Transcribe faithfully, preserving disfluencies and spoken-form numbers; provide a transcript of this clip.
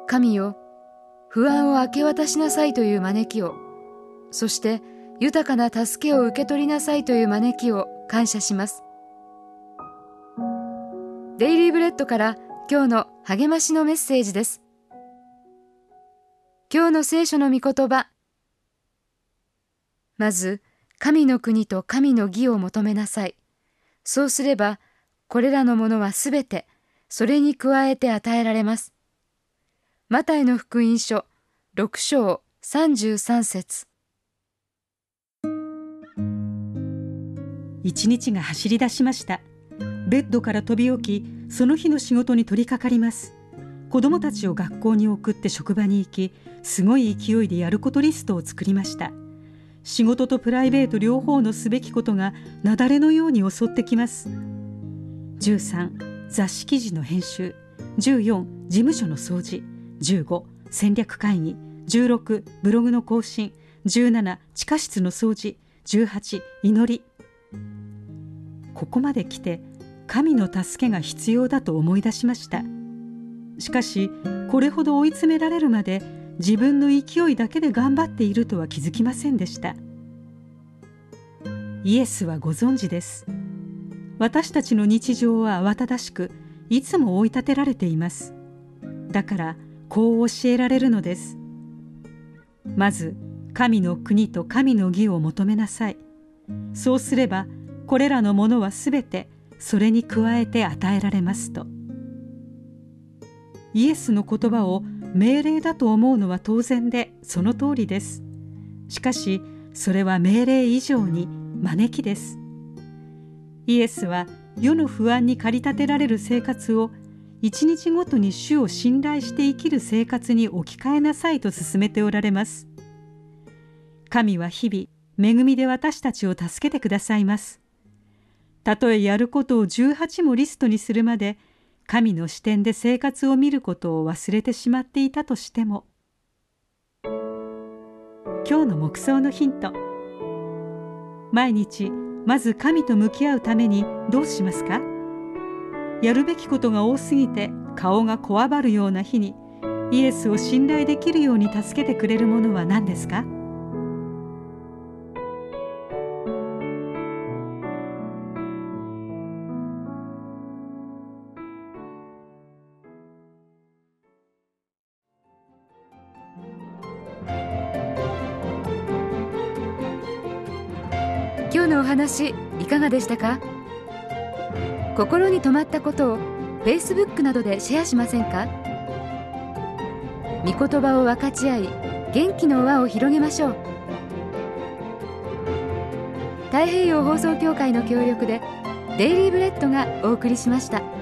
神よ、不安を明け渡しなさいという招きを、そして豊かな助けを受け取りなさいという招きを感謝します。デイリーブレッドから今日の励ましのメッセージです。今日の聖書の御言葉。まず、神の国と神の義を求めなさい。そうすれば、これらのものはすべて、それに加えて与えられます。マタイの福音書、ろく章さんじゅうさん節。 一日が走り出しました。ベッドから飛び起き、その日の仕事に取り掛かります。子供たちを学校に送って職場に行き、すごい勢いでやることリストを作りました。仕事とプライベート両方のすべきことが雪崩のように襲ってきます。じゅうさん、雑誌記事の編集。じゅうよん、事務所の掃除。じゅうご、戦略会議。じゅうろく、ブログの更新。じゅうなな、地下室の掃除。じゅうはち、祈り。ここまで来て神の助けが必要だと思い出しました。しかしこれほど追い詰められるまで自分の勢いだけで頑張っているとは気づきませんでした。イエスはご存知です。私たちの日常は慌ただしく、いつも追い立てられています。だからこう教えられるのです。まず神の国と神の義を求めなさい。そうすればこれらのものはすべてそれに加えて与えられますと。イエスの言葉を命令だと思うのは当然でその通りです。しかしそれは命令以上に招きです。イエスは世の不安に駆り立てられる生活を一日ごとに主を信頼して生きる生活に置き換えなさいと勧めておられます。神は日々恵みで私たちを助けてくださいます。たとえやることをじゅうはちもリストにするまで神の視点で生活を見ることを忘れてしまっていたとしても。今日の黙想のヒント。毎日まず神と向き合うためにどうしますか？やるべきことが多すぎて顔がこわばるような日にイエスを信頼できるように助けてくれるものは何ですか？ 今日のお話いかがでしたか？心に留まったことを Facebook などでシェアしませんか？御言葉を分かち合い、元気の輪を広げましょう。太平洋放送協会の協力でデイリーブレッドがお送りしました。